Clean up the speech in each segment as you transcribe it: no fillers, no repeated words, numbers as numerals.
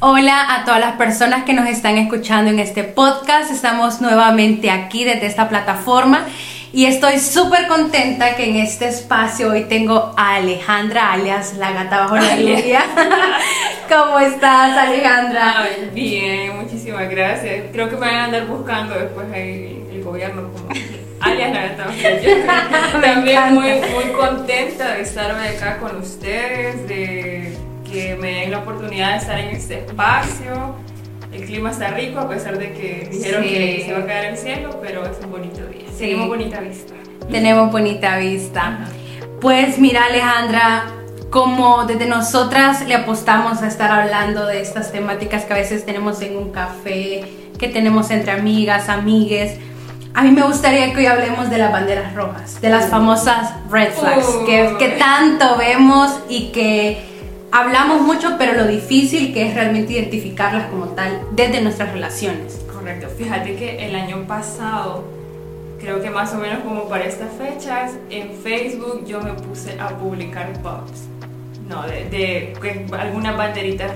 Hola a todas las personas que nos están escuchando en este podcast. Estamos nuevamente aquí desde esta plataforma y estoy súper contenta que en este espacio hoy tengo a Alejandra, alias la gata bajo la lluvia. ¿Cómo estás, Alejandra? Bien, muchísimas gracias. Creo que me van a andar buscando después ahí el gobierno como alias la gata bajo la lluvia. También muy contenta de estar acá con ustedes, de que me den la oportunidad de estar en este espacio. El clima está rico a pesar de que dijeron que se va a caer el cielo, pero es un bonito día. Sí. Tenemos bonita vista. Tenemos bonita vista. Pues mira, Alejandra, como desde nosotras le apostamos a estar hablando de estas temáticas que a veces tenemos en un café, que tenemos entre amigas, amigues, a mí me gustaría que hoy hablemos de las banderas rojas, de las famosas red flags, que tanto vemos y que hablamos mucho, pero lo difícil que es realmente identificarlas como tal desde nuestras relaciones. Correcto. Fíjate que el año pasado, creo que más o menos como para estas fechas, en Facebook yo me puse a publicar posts, ¿no? de algunas banderitas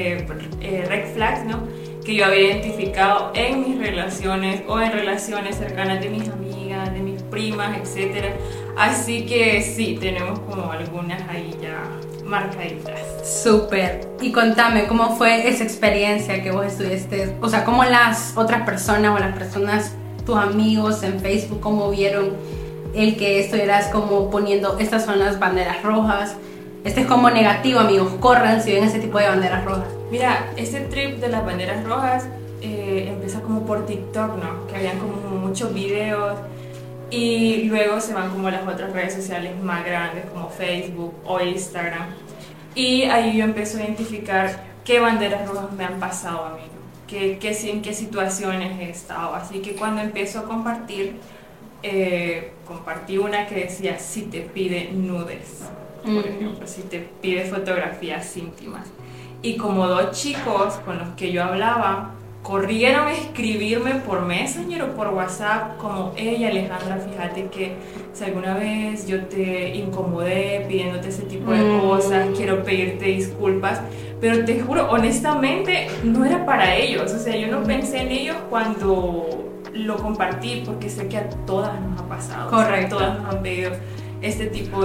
red flags, ¿no? Que yo había identificado en mis relaciones o en relaciones cercanas de mis amigas, de mis primas, etc. Así que sí, tenemos como algunas ahí ya marcaditas. Súper. Y contame, ¿cómo fue esa experiencia que vos estuviste? O sea, ¿cómo las otras personas o las personas, tus amigos en Facebook, cómo vieron el que estuvieras como poniendo estas son las banderas rojas? Este es como negativo, amigos, corran si ven ese tipo de banderas rojas. Mira, este trip de las banderas rojas empieza como por TikTok, ¿no? Que habían como muchos videos y luego se van como a las otras redes sociales más grandes como Facebook o Instagram. Y ahí yo empiezo a identificar qué banderas rojas me han pasado a mí, ¿no? En qué situaciones he estado. Así que cuando empiezo a compartir, compartí una que decía si te pide nudes, por ejemplo, si te pide fotografías íntimas. Y como dos chicos con los que yo hablaba corrieron a escribirme por Messenger o por WhatsApp como: hey Alejandra, fíjate que si alguna vez yo te incomodé pidiéndote ese tipo de cosas, quiero pedirte disculpas, pero te juro, honestamente, no era para ellos. O sea, yo no pensé en ellos cuando lo compartí, porque sé que a todas nos ha pasado. Correcto. O sea, todas nos han pedido este tipo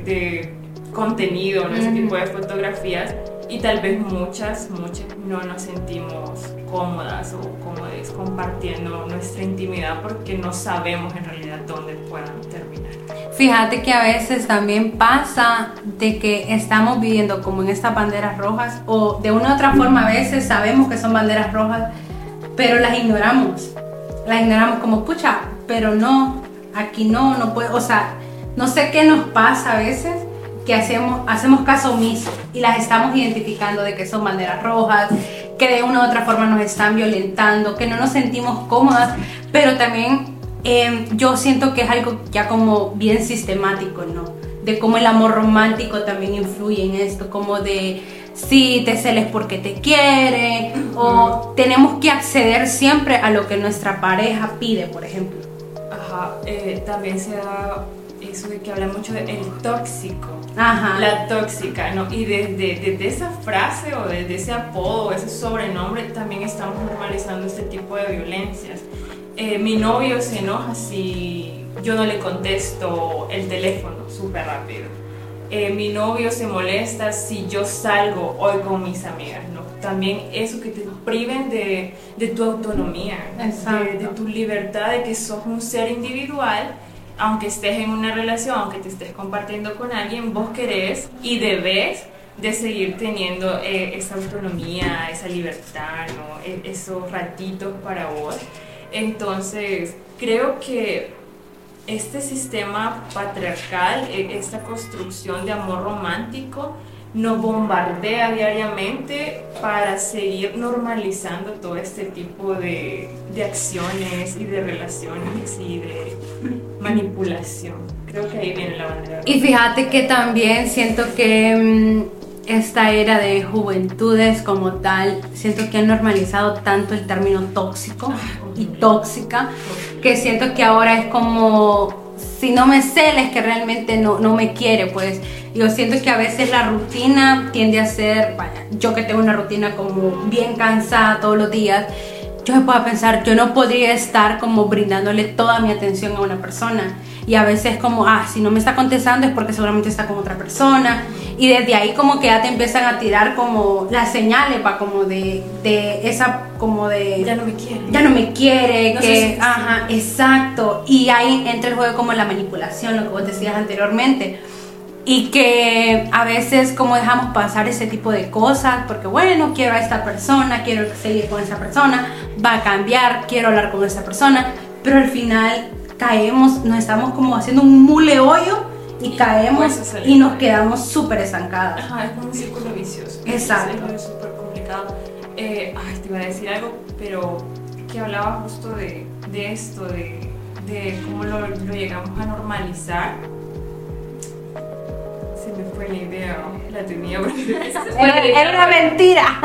de contenido, ¿no? Ese tipo de fotografías. Y tal vez muchas no nos sentimos cómodas o cómodas compartiendo nuestra intimidad porque no sabemos en realidad dónde puedan terminar. Fíjate que a veces también pasa de que estamos viviendo como en estas banderas rojas o de una u otra forma a veces sabemos que son banderas rojas, pero las ignoramos como pucha, pero no, aquí no puedo, o sea, no sé qué nos pasa a veces que hacemos caso omiso y las estamos identificando de que son banderas rojas, que de una u otra forma nos están violentando, que no nos sentimos cómodas, pero también yo siento que es algo ya como bien sistemático, ¿no? De cómo el amor romántico también influye en esto, como de si te celes porque te quiere, o tenemos que acceder siempre a lo que nuestra pareja pide, por ejemplo. Ajá, también se da eso de que habla mucho del tóxico. Ajá. La tóxica, ¿no? Y desde esa frase o desde ese apodo o ese sobrenombre también estamos normalizando este tipo de violencias. Mi novio se enoja si yo no le contesto el teléfono súper rápido. Mi novio se molesta si yo salgo hoy con mis amigas, ¿no? También eso que te priven de tu autonomía, de tu libertad, de que sos un ser individual. Aunque estés en una relación, aunque te estés compartiendo con alguien, vos querés y debes de seguir teniendo esa autonomía, esa libertad, ¿no? Esos ratitos para vos. Entonces, creo que este sistema patriarcal, esta construcción de amor romántico, nos bombardea diariamente para seguir normalizando todo este tipo de acciones y de relaciones y de manipulación. Creo que ahí viene la bandera. Y fíjate que también siento que esta era de juventudes como tal, siento que han normalizado tanto el término tóxico y tóxica, que siento que ahora es como si no me cela es que realmente no me quiere, pues. Yo siento que a veces la rutina tiende a ser, vaya, yo que tengo una rutina como bien cansada todos los días, yo me puedo pensar, yo no podría estar como brindándole toda mi atención a una persona. Y a veces como, si no me está contestando es porque seguramente está con otra persona. Y desde ahí como que ya te empiezan a tirar como las señales, como de esa, como de... Ya no me quiere. Ya no me quiere, no que... Ajá, exacto. Y ahí entra el juego como la manipulación, lo que vos decías anteriormente. Y que a veces como dejamos pasar ese tipo de cosas, porque bueno, quiero a esta persona, quiero seguir con esa persona, va a cambiar, quiero hablar con esa persona, pero al final caemos, nos estamos como haciendo un mule hoyo y caemos y nos quedamos súper estancadas. Ajá, es como un círculo vicioso. Exacto. Es súper complicado. Te iba a decir algo, pero que hablaba justo de esto, de cómo lo llegamos a normalizar. Se me fue la idea, la tenía. Era una mentira.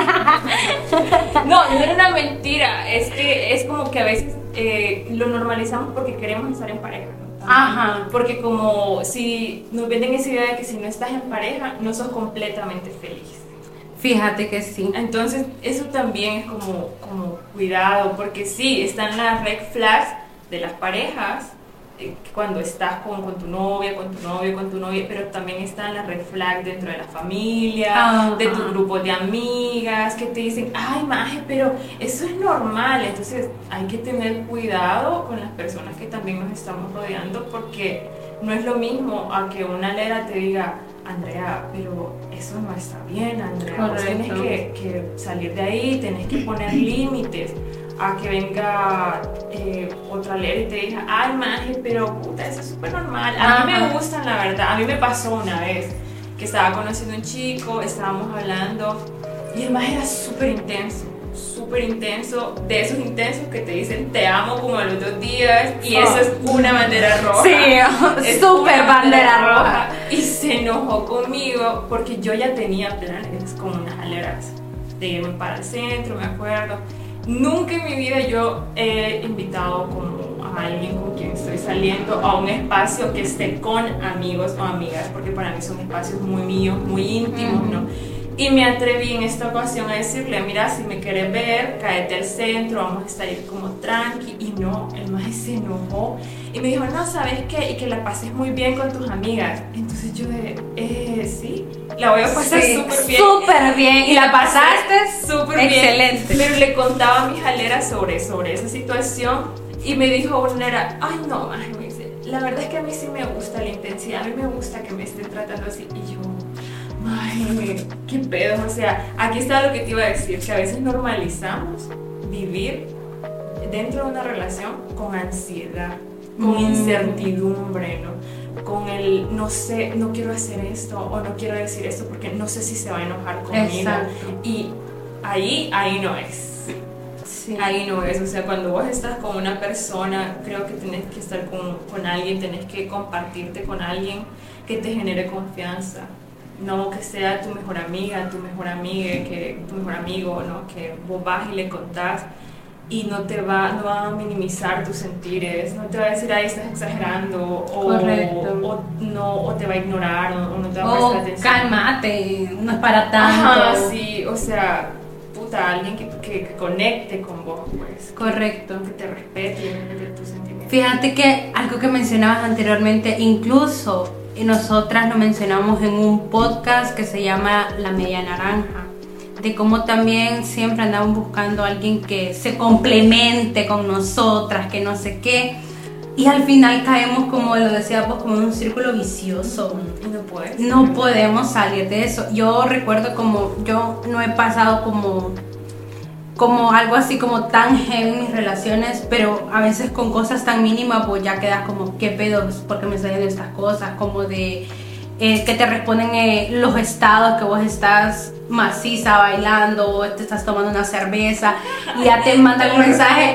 No era una mentira, es que es como que a veces lo normalizamos porque queremos estar en pareja, ¿no? Ajá. Porque como si nos venden esa idea de que si no estás en pareja no sos completamente feliz. Fíjate que sí. Entonces eso también es como cuidado, porque sí, están las red flags de las parejas, cuando estás con tu novia, con tu novio, con tu novia, pero también están las red flags dentro de la familia, de tu grupo de amigas, que te dicen, ay, maje, pero eso es normal. Entonces hay que tener cuidado con las personas que también nos estamos rodeando, porque no es lo mismo a que una lera te diga, Andrea, pero eso no está bien, Andrea, vos tienes que salir de ahí, tenés que poner límites. A que venga otra lera y te diga, ay, maje, pero puta, eso es súper normal. A mí me gustan, la verdad. A mí me pasó una vez que estaba conociendo a un chico, estábamos hablando y el maje era súper intenso, de esos intensos que te dicen te amo como a los 2 días y eso es una bandera roja. Sí, es súper bandera roja. Y se enojó conmigo porque yo ya tenía planes con unas aleras de irme para el centro, me acuerdo. Nunca en mi vida yo he invitado como a alguien con quien estoy saliendo a un espacio que esté con amigos o amigas, porque para mí son espacios muy míos, muy íntimos, ¿no? Y me atreví en esta ocasión a decirle, mira, si me quieres ver, cáete al centro, vamos a estar ahí como tranqui. Y no, el maje se enojó y me dijo, no, ¿sabes qué? Y que la pases muy bien con tus amigas. Entonces yo sí, la voy a pasar súper bien. Súper bien. ¿Y la pasaste? Súper bien. Excelente. Pero le contaba a mis aleras sobre esa situación y me dijo una era, ay no, maje, me dice, la verdad es que a mí sí me gusta la intensidad, a mí me gusta que me estén tratando así. Y yo, ay, qué pedo, o sea, aquí está lo que te iba a decir, que a veces normalizamos vivir dentro de una relación con ansiedad, con incertidumbre, ¿no? Con el no sé, no quiero hacer esto o no quiero decir esto porque no sé si se va a enojar conmigo. Exacto. Y ahí no es. Sí. Ahí no es, o sea, cuando vos estás con una persona, creo que tenés que estar con alguien, tenés que compartirte con alguien que te genere confianza. No que sea tu mejor amiga, tu mejor amiga, que tu mejor amigo, ¿no? Que vos vas y le contás y no va a minimizar tus sentires, no te va a decir, ay, estás exagerando, o te va a ignorar, o no te va a prestar atención. Cálmate, no es para tanto. Ajá, sí, o sea, puta, alguien que conecte con vos, pues. Correcto. Que te respete y respete tus sentimientos. Fíjate que algo que mencionabas anteriormente, incluso nosotras lo mencionamos en un podcast que se llama La Media Naranja, de cómo también siempre andamos buscando a alguien que se complemente con nosotras, que no sé qué, y al final caemos, como lo decía vos, como en un círculo vicioso. Y no podemos salir de eso. Yo recuerdo como yo no he pasado como algo así como tan heavy en mis relaciones, pero a veces con cosas tan mínimas pues ya quedas como, ¿qué pedos? ¿Por qué me salen estas cosas? Como de que te responden los estados, que vos estás maciza bailando, o te estás tomando una cerveza y ya te mandan un mensaje,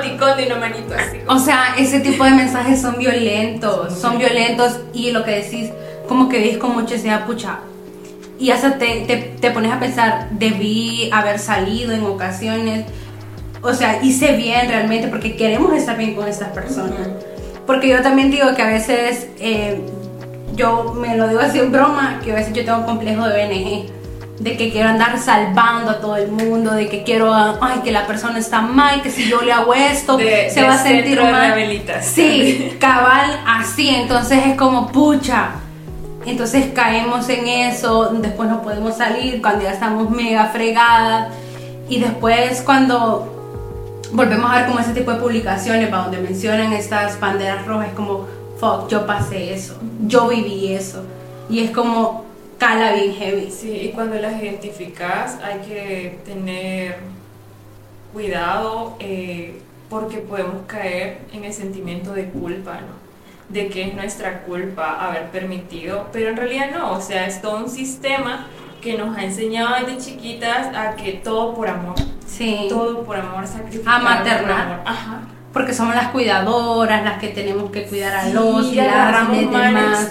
o sea, ese tipo de mensajes son violentos, y lo que decís, como que ves con mucha ansiedad, pucha, y hasta te pones a pensar, debí haber salido en ocasiones, o sea, hice bien realmente porque queremos estar bien con estas personas. porque yo también digo que a veces, yo me lo digo así en broma, que a veces yo tengo un complejo de BNG, de que quiero andar salvando a todo el mundo, de que quiero, ay, que la persona está mal, que si yo le hago esto, se va a sentir mal. Sí, cabal, así, entonces es como, pucha, entonces caemos en eso, después no podemos salir, cuando ya estamos mega fregadas, y después cuando volvemos a ver como ese tipo de publicaciones, para donde mencionan estas banderas rojas, es como, fuck, yo pasé eso, yo viví eso, y es como, cala bien heavy. Sí, y cuando las identificas hay que tener cuidado, porque podemos caer en el sentimiento de culpa, ¿no? De que es nuestra culpa haber permitido, pero en realidad no, o sea, es todo un sistema que nos ha enseñado desde chiquitas a que todo por amor. Sí. Todo por amor, sacrificar. A maternar. Por amor. Ajá. Porque somos las cuidadoras, las que tenemos que cuidar a los y agarramos manes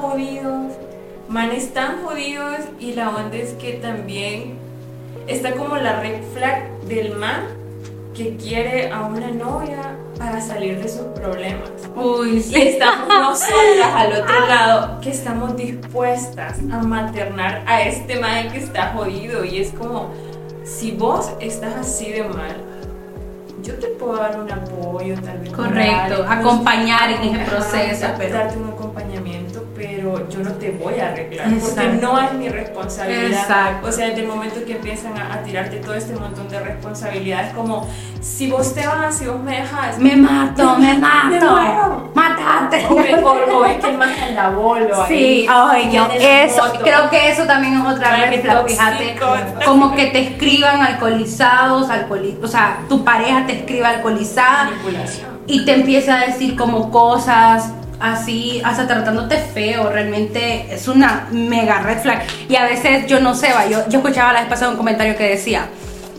tan jodidos, y la onda es que también está como la red flag del man que quiere a una novia para salir de sus problemas. Uy, sí. Y estamos nosotras al otro lado que estamos dispuestas a maternar a este man que está jodido, y es como, si vos estás así de mal, yo te puedo dar un apoyo, tal vez. Correcto, acompañar en ese proceso, pero darte un acompañamiento, pero yo no te voy a arreglar. Exacto. Porque no es mi responsabilidad. Exacto. O sea, desde el momento que empiezan a tirarte todo este montón de responsabilidades, como, si vos te vas, si vos me dejas, me mato, me muero. Mátate. O es que más anda bolo. Sí, ay, yo, eso, creo que eso también es otra red flag, fíjate, como que te escriban alcoholizados, o sea, tu pareja te escribe alcoholizada y te empieza a decir como cosas así, hasta tratándote feo. Realmente es una mega red flag. Y a veces yo no sé, yo escuchaba la vez pasada un comentario que decía,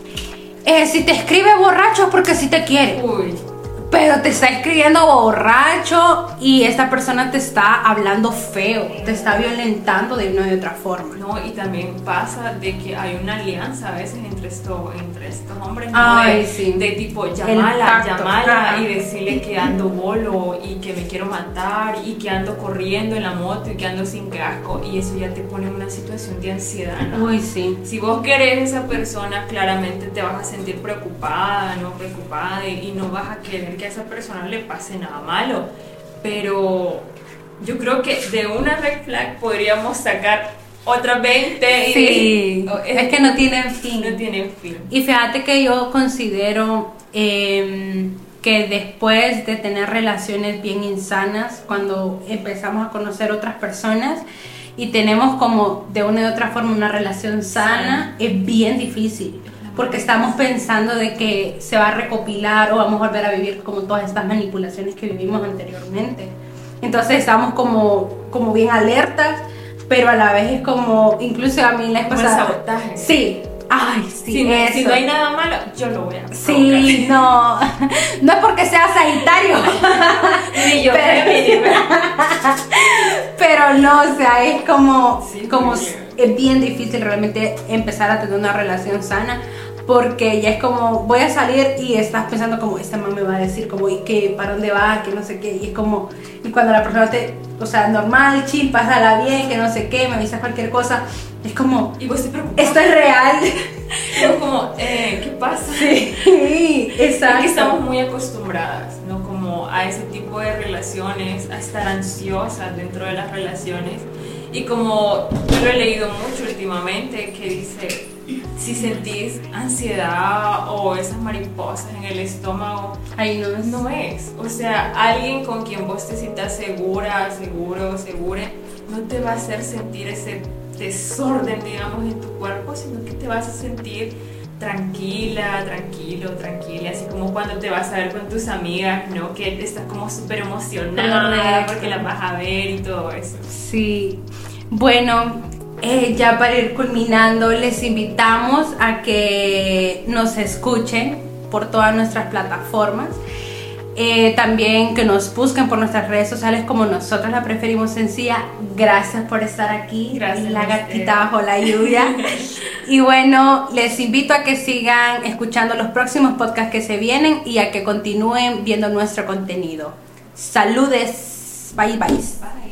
si te escribe borracho es porque sí te quiere. Uy. Pero te está escribiendo borracho y esta persona te está hablando feo, te está violentando de una u otra forma. No, y también pasa de que hay una alianza a veces entre estos hombres, ¿no? Ay, sí. De tipo, llamala y decirle que ando bolo y que me quiero matar y que ando corriendo en la moto y que ando sin casco, y eso ya te pone en una situación de ansiedad, ¿no? Uy, sí. Si vos querés a esa persona, claramente te vas a sentir preocupada, ¿no? Preocupada, y no vas a querer que a esa persona le pase nada malo. Pero yo creo que de una red flag podríamos sacar otras 20 y sí, es que no tienen fin. No tienen fin. Y fíjate que yo considero que después de tener relaciones bien insanas, cuando empezamos a conocer otras personas y tenemos como de una u otra forma una relación sana, es bien difícil. Porque estamos pensando de que se va a recopilar o vamos a volver a vivir como todas estas manipulaciones que vivimos anteriormente. Entonces estamos como bien alertas, pero a la vez es como, incluso a mí la vez pasada, sabotaje. Sí. Ay, sí, si no hay nada malo, yo lo voy a provocar. Sí, no es porque sea Sagitario. Ni yo, pero no, o sea, es como sí, es bien difícil realmente empezar a tener una relación sana, porque ya es como, voy a salir y estás pensando como, esta mamá me va a decir como, ¿y qué? ¿Para dónde va? Que no sé qué, y es como, y cuando la persona o sea, normal, chill, pásala bien, que no sé qué, me avisas cualquier cosa, es como, y vos te preocupas, esto es real. Y vos como, ¿qué pasa? Sí, exacto. Es que estamos muy acostumbradas, ¿no? Como a ese tipo de relaciones, a estar ansiosas dentro de las relaciones. Y como yo lo he leído mucho últimamente, que dice, si sentís ansiedad o esas mariposas en el estómago, ahí no es. O sea, alguien con quien vos te sientas segura, segure, no te va a hacer sentir ese desorden, digamos, en tu cuerpo, sino que te vas a sentir tranquila, así como cuando te vas a ver con tus amigas, ¿no? Que estás como súper emocionada porque las vas a ver y todo eso. Sí, bueno, ya para ir culminando, les invitamos a que nos escuchen por todas nuestras plataformas. También que nos busquen por nuestras redes sociales como Nosotras la Preferimos Sencilla. Gracias por estar aquí. Gracias. La gatita bajo la lluvia. Y bueno, les invito a que sigan escuchando los próximos podcasts que se vienen y a que continúen viendo nuestro contenido. Saludes. Bye bye. Bye.